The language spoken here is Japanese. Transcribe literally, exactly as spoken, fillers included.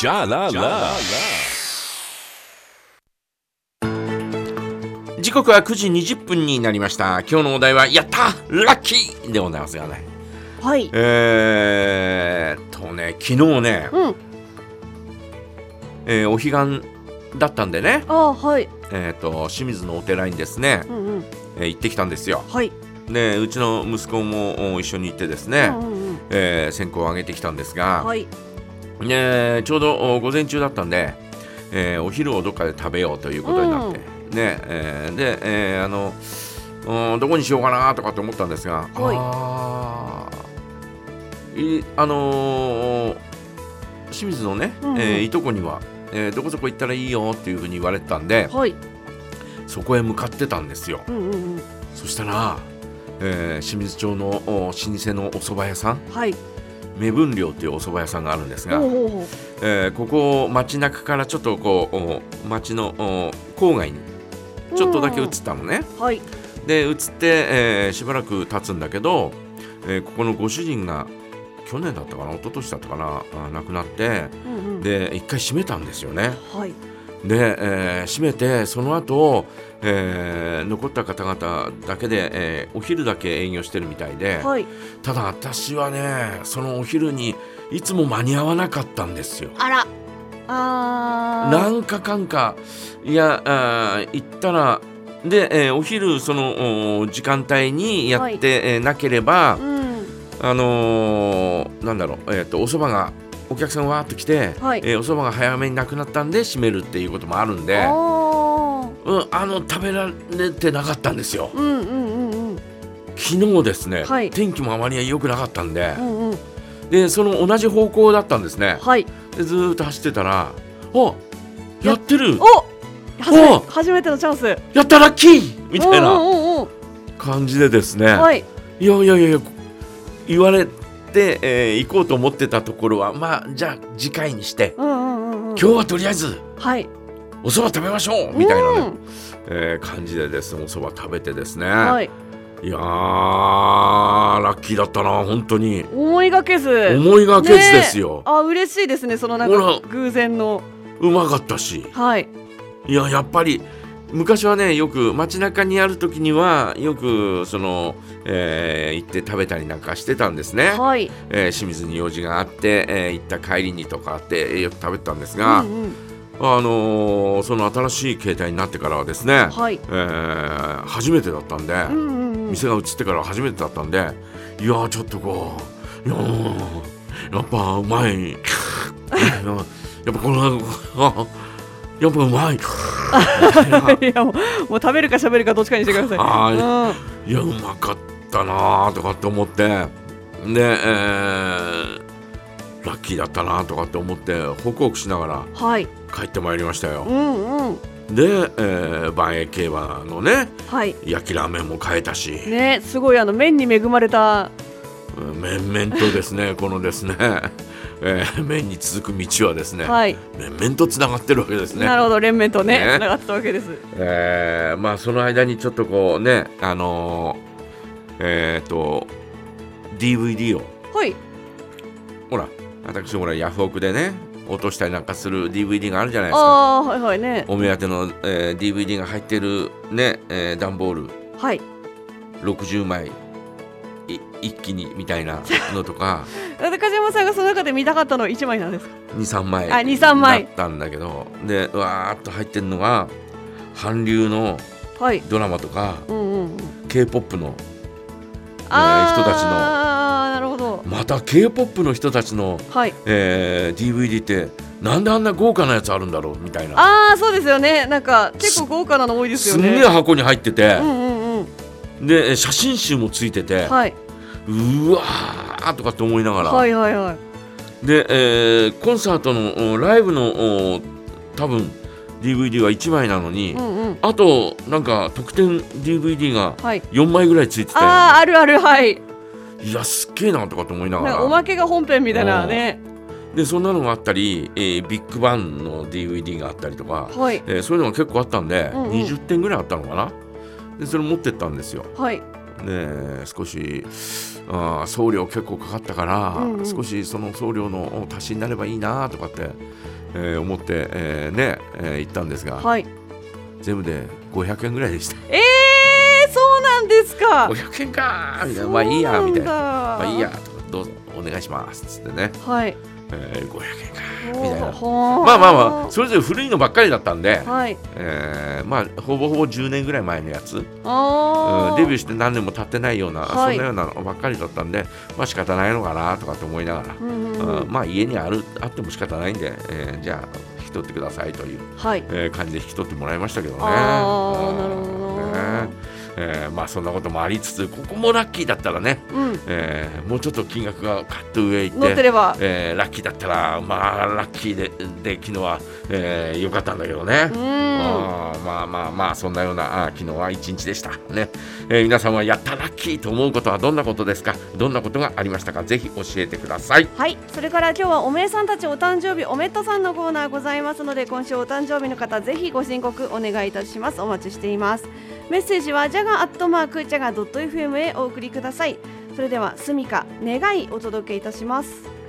じゃらら時刻はくじにじゅっぷんになりました。今日のお題はやったラッキーでございますがね、 はい、 えーっとね昨日ね、 うんえーお彼岸だったんでね、 あはい、 えーっと清水のお寺にですね、 うんうん、 えー行ってきたんですよ。 はい、 でうちの息子も一緒に行ってですね、 うんうんうん、 えー線香をあげてきたんですが、 はい、 ね、ちょうど午前中だったんで、えーお昼をどっかで食べようということになって、うんねえーで、えーあのうんどこにしようかなとかって思ったんですが、 はいあいあのー清水のね、 うんうんえーいとこには、えーどこそこ行ったらいいよっていうふうに言われてたんで、 はい、 そこへ向かってたんですよ。 うんうんうん、 そしたら、えー清水町のお老舗のお蕎麦屋さん、 はい、 目分量というお蕎麦屋さんがあるんですが、 ほうほうほう、 えーここ街中からちょっとこうお街のお郊外にちょっとだけ移ったのね。 はい、 で移って、えーしばらく経つんだけど、えーここのご主人が去年だったかな一昨年だったかなあ亡くなって、 うんうん、 で一回閉めたんですよね。 はい、 で、えー閉めてその後、えー残った方々だけで、えーお昼だけ営業してるみたいで、 はい、 ただ私はねそのお昼にいつも間に合わなかったんですよ。 あら、あーなんかかんかいやあー行ったらで、えーお昼そのお時間帯にやって、 はいえーなければ、 うん、 あのーなんだろう、えー、とお蕎麦がお客さんわーっと来て、 はいえーお蕎麦が早めになくなったんで閉めるっていうこともあるんで、 あーうん、あの食べられてなかったんですよ。 うんうんうんうん、 昨日ですね、 はい天気もあまり良くなかったんで、 うんうん、 でその同じ方向だったんですね。 はい、 でずーっと走ってたら、あやってるお初めお初めてのチャンスやったラッキーみたいなうんうんうん感じでですね、 うん、はい、 いやいやいやいや言われて、えー行こうと思ってたところはまあじゃあ次回にして、 うんうんうんうん、 今日はとりあえずはい、 お蕎麦食べましょうみたいなね、 うんえー感じでですねお蕎麦食べてですね、 はい、 いやーラッキーだったな本当に。 思いがけず思いがけずですよ、 ね、あ嬉しいですねそのなんほらか偶然のうまかったし、 はいいややっぱり昔はねよく街中にある時にはよくその、えー行って食べたりなんかしてたんですね、 はい、 えー清水に用事があって、えー行った帰りにとかあってえーよく食べてたんですが、 うんうん、 あのーその新しい携帯になってからはですね、 はい、 えー初めてだったんで、 うんうんうん、 店が移ってから初めてだったんで、いやーちょっとこういやーやっぱうまいやっぱこのあやっぱうまいいやもう、もう食べるか喋るかどっちかにしてください。 あいやうまかったなとかって思ってで、えーラッキーだったなとかって思ってホクホクしながらはい、 帰ってまいりましたよ。 うんうん、 で、えー、万栄競馬のねはい、 焼きラーメンも買えたし、 ねすごいあの麺に恵まれた面々とですねこのですね、えー、麺に続く道はですね、 はい、 面々とつながってるわけですね。 なるほど連綿とねねつながってたわけです。 えー、まあその間にちょっとこうねあのー、えっ、ー、と ディーブイディー をはい、 ほら私ほらヤフオクでね落としたりなんかする ディーブイディー があるじゃないですか。 あーはいはいね、 お目当ての、えー、ディーブイディー が入ってるね、えー、段ボールはい、 ろくじゅうまいい一気にみたいなのとか中島さんがその中で見たかったのはいちまいなんですか。 にさんまいあにさんまいだったんだけど、でうわーっと入ってるのが韓流のはい、 ドラマとか、 うんうんうん、 K-ポップ のあー人たちのなるほど、 また K-ポップ の人たちの、 はい、 えー、ディーブイディー ってなんであんな豪華なやつあるんだろうみたいな、 ああそうですよね、なんか結構豪華なの多いですよね。 すんげえ箱に入ってて、 うんうんうん、 で写真集もついてて、 はい、 うわーとかって思いながら、 はいはいはい、 で、えーコンサートのライブのお多分 ディーブイディー はいちまいなのに、 うんうん、 あとなんか特典 ディーブイディー がはい、 よんまいぐらいついてて、 あーあるある、はい、 いやすっげえなとかと思いながら、 なんかおまけが本編みたいなね、 でそんなのがあったり、えービッグバンの ディーブイディー があったりとか、 はいえーそういうのが結構あったんで、 うんうんにじゅってんぐらいあったのかな。でそれ持ってったんですよ。 はい、 で少しあ送料結構かかったから、 うんうん、 少しその送料の足しになればいいなとかって、えー、思って、えー、ね、えー、行ったんですが、 はい、 全部でごひゃくえんぐらいでした。 えー、そうなんですか。 ごひゃくえんかみたいな、まあいいやみたいな、まあいいやとか、どうぞお願いしますつってね、 はい、 えー、ごひゃくえんかみたいな、まあままあまあそれぞれ古いのばっかりだったんで、 はい、 えー、まあほぼほぼじゅうねんぐらい前のやつ、 あ、 うん、デビューして何年も経ってないような、 はい、 そんなようなのばっかりだったんで、まあ仕方ないのかなとかって思いながら、 うんうんうん、 まあ家にあるあっても仕方ないんで、えー、じゃあ引き取ってくださいという、 はい、 えー、感じで引き取ってもらいましたけどね。 あー、なるほどね、えー、まあそんなこともありつつ、ここもラッキーだったらね、 うん、 えー、もうちょっと金額がカッと上行って乗ってれば、 えー、ラッキーだったら、まあラッキーで、で昨日は、えー、よかったんだけどね。 うん、 あまあまあまあそんなようなあ昨日は一日でしたね、えー、皆さんはやったラッキーと思うことはどんなことですか。どんなことがありましたか。ぜひ教えてください。 はい、それから今日はおめえさんたちお誕生日おめっとさんのコーナーございますので、今週お誕生日の方ぜひご申告お願いいたします。お待ちしています。メッセージはジャガアットマークジャガドット エフエム へお送りください。それではスミカ願いお届けいたします。